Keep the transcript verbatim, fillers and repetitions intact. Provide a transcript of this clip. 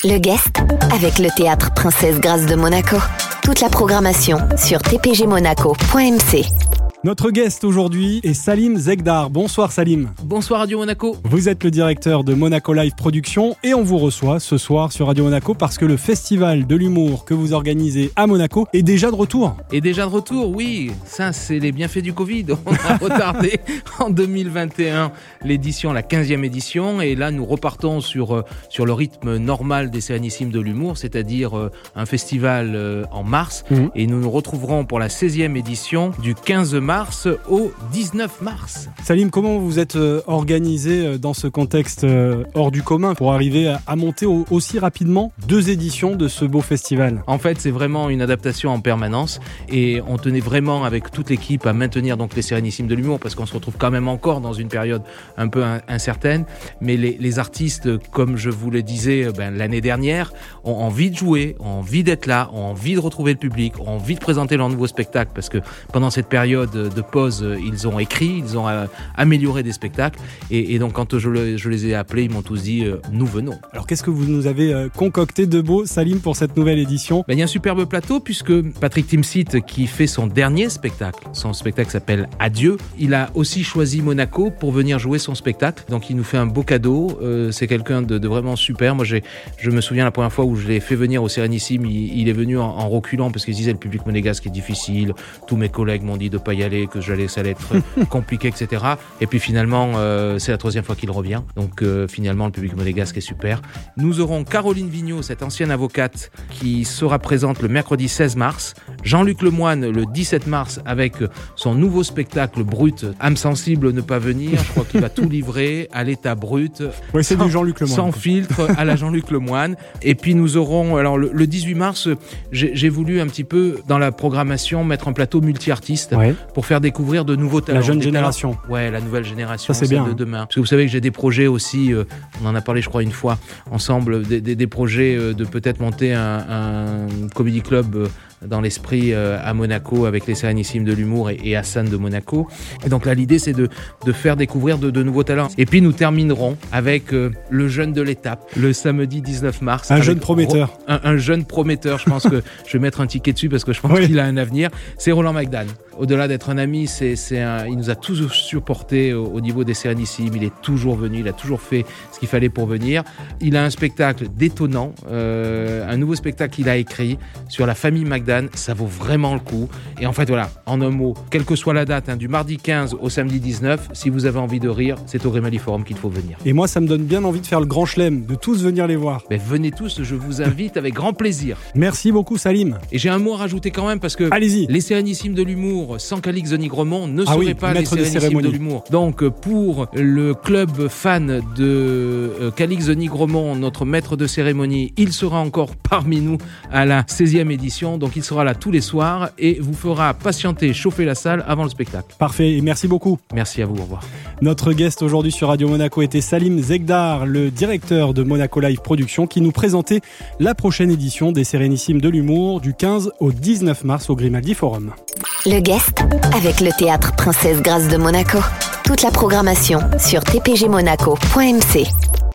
Le guest avec le Théâtre Princesse Grâce de Monaco. Toute la programmation sur t p g monaco point m c. Notre guest aujourd'hui est Salim Zegdar. Bonsoir Salim. Bonsoir Radio Monaco. Vous êtes le directeur de Monaco Live Production et on vous reçoit ce soir sur Radio Monaco parce que le festival de l'humour que vous organisez à Monaco est déjà de retour. Et déjà de retour, oui. Ça, c'est les bienfaits du Covid. On a retardé en deux mille vingt et un l'édition, la quinzième édition. Et là, nous repartons sur, sur le rythme normal des Sérénissimes de l'humour, c'est-à-dire un festival en mars. Mmh. Et nous nous retrouverons pour la seizième édition du quinze mars au dix-neuf mars. Salim, comment vous êtes organisé dans ce contexte hors du commun pour arriver à monter aussi rapidement deux éditions de ce beau festival ? En fait, c'est vraiment une adaptation en permanence et on tenait vraiment avec toute l'équipe à maintenir donc les Sérénissimes de l'humour parce qu'on se retrouve quand même encore dans une période un peu incertaine. Mais les, les artistes, comme je vous le disais ben, l'année dernière, ont envie de jouer, ont envie d'être là, ont envie de retrouver le public, ont envie de présenter leur nouveau spectacle parce que pendant cette période de pause, ils ont écrit, ils ont euh, amélioré des spectacles et, et donc quand je, le, je les ai appelés, ils m'ont tous dit euh, nous venons. Alors qu'est-ce que vous nous avez euh, concocté de beau, Salim, pour cette nouvelle édition ? Ben, il y a un superbe plateau puisque Patrick Timsit, qui fait son dernier spectacle, son spectacle s'appelle Adieu, il a aussi choisi Monaco pour venir jouer son spectacle, donc il nous fait un beau cadeau, euh, c'est quelqu'un de, de vraiment super. Moi j'ai, je me souviens la première fois où je l'ai fait venir au Sérénissime, il, il est venu en, en reculant parce qu'il disait le public monégasque est difficile, tous mes collègues m'ont dit de pas y aller, que j'allais, ça allait être compliqué, et cetera. Et puis finalement, euh, c'est la troisième fois qu'il revient. Donc euh, finalement, le public monégasque est super. Nous aurons Caroline Vigneault, cette ancienne avocate, qui sera présente le mercredi seize mars. Jean-Luc Lemoine le dix-sept mars avec son nouveau spectacle Brut. Âme sensible, ne pas venir. Je crois qu'il va tout livrer à l'état brut. Oui, c'est sans, du Jean-Luc Lemoine. Sans filtre, à la Jean-Luc Lemoine. Et puis nous aurons, alors le, le dix-huit mars, j'ai, j'ai voulu un petit peu dans la programmation mettre un plateau multi-artistes ouais. pour faire découvrir de nouveaux talents. La jeune génération. Talents. Ouais, la nouvelle génération. Ça, c'est bien. De demain. Parce que vous savez que j'ai des projets aussi, euh, on en a parlé je crois une fois ensemble, des, des, des projets euh, de peut-être monter un, un comedy club euh, dans l'esprit euh, à Monaco avec les Sérénissimes de l'humour et, et Hassan de Monaco. Et donc là, l'idée, c'est de, de faire découvrir de, de nouveaux talents. Et puis, nous terminerons avec euh, le jeune de l'étape, le samedi dix-neuf mars. Un jeune prometteur. Ro- un, un jeune prometteur. Je pense que je vais mettre un ticket dessus parce que je pense oui. qu'il a un avenir. C'est Roland McDan. Au-delà d'être un ami, c'est, c'est un, il nous a toujours supporté au, au niveau des Sérénissimes. Il est toujours venu, il a toujours fait ce qu'il fallait pour venir. Il a un spectacle détonnant, euh, un nouveau spectacle qu'il a écrit sur la famille McDan. Ça vaut vraiment le coup. Et en fait, voilà, en un mot, quelle que soit la date, hein, du mardi quinze au samedi dix-neuf, si vous avez envie de rire, c'est au Grémali Forum qu'il faut venir. Et moi, ça me donne bien envie de faire le grand chelem, de tous venir les voir. Mais venez tous, je vous invite avec grand plaisir. Merci beaucoup, Salim. Et j'ai un mot à rajouter quand même, parce que Allez-y. Les Sérénissimes de l'humour, sans Calix de Nigremont, ne ah seraient oui, pas les Sérénissimes de l'humour. Donc, pour le club fan de euh, Calix de Nigremont, notre maître de cérémonie, il sera encore parmi nous à la seizième édition. Donc, il sera là tous les soirs et vous fera patienter, chauffer la salle avant le spectacle. Parfait, et merci beaucoup. Merci à vous, au revoir. Notre guest aujourd'hui sur Radio Monaco était Salim Zegdar, le directeur de Monaco Live Production, qui nous présentait la prochaine édition des Sérénissimes de l'humour du quinze au dix-neuf mars au Grimaldi Forum. Le guest avec le Théâtre Princesse Grâce de Monaco. Toute la programmation sur t p g monaco point m c.